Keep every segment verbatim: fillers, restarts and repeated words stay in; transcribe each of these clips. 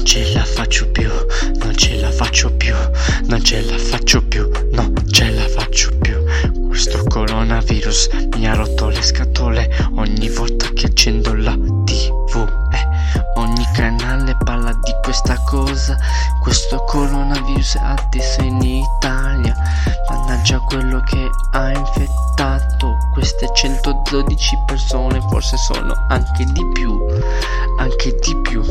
Non ce la faccio più, non ce la faccio più, non ce la faccio più, non ce la faccio più. Questo coronavirus mi ha rotto le scatole ogni volta che accendo la tivù. Eh, ogni canale parla di questa cosa. Questo coronavirus adesso è in Italia. Mannaggia quello che ha infettato queste centododici persone, forse sono anche di più, anche di più.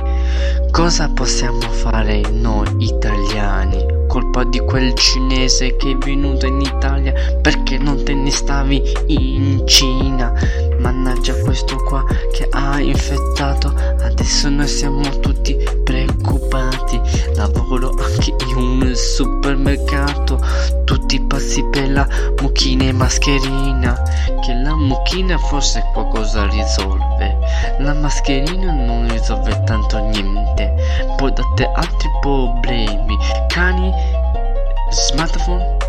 Cosa possiamo fare noi italiani? Colpa di quel cinese che è venuto in Italia, perché non te ne stavi in Cina? Mannaggia questo qua che ha infettato. Adesso noi siamo tutti preoccupati. Lavoro anche in un supermercato, tutti pazzi per la mucchina e mascherina. Che la mucchina forse qualcosa risolve, la mascherina non risolve tanto niente. Poi date altri problemi, cani, smartphone,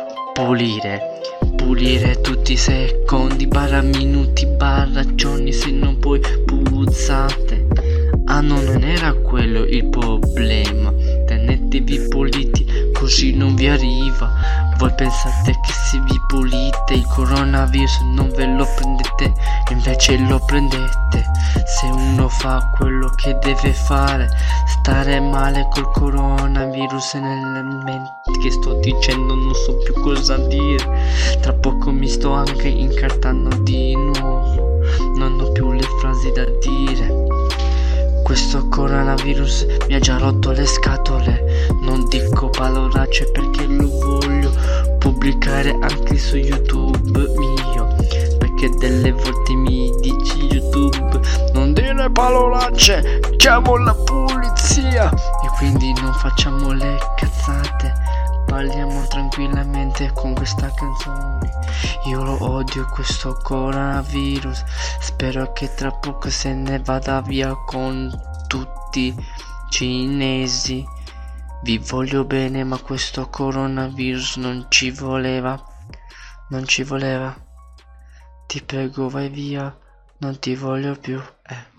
pulire, pulire tutti i secondi, barra minuti, barra giorni, se non poi puzzate. Ah no, non era quello il problema, tenetevi puliti così non vi arriva. Voi pensate che se vi pulite il coronavirus non ve lo prendete, invece lo prendete. Se uno fa quello che deve fare, stare male col coronavirus nelle menti che sto dicendo, non so più cosa dire. Tra poco mi sto anche incartando di nuovo, non ho più le frasi da dire. Questo coronavirus mi ha già rotto le scatole. Non dico parolacce perché lo voglio pubblicare anche su YouTube mio, perché delle volte mi dici YouTube non dire parolacce, chiamo la polizia. E quindi non facciamo le cazzate, parliamo tranquillamente con questa canzone. Io lo odio questo coronavirus, spero che tra poco se ne vada via con tutti cinesi. Vi voglio bene, ma questo coronavirus non ci voleva, non ci voleva. Ti prego vai via, non ti voglio più, eh.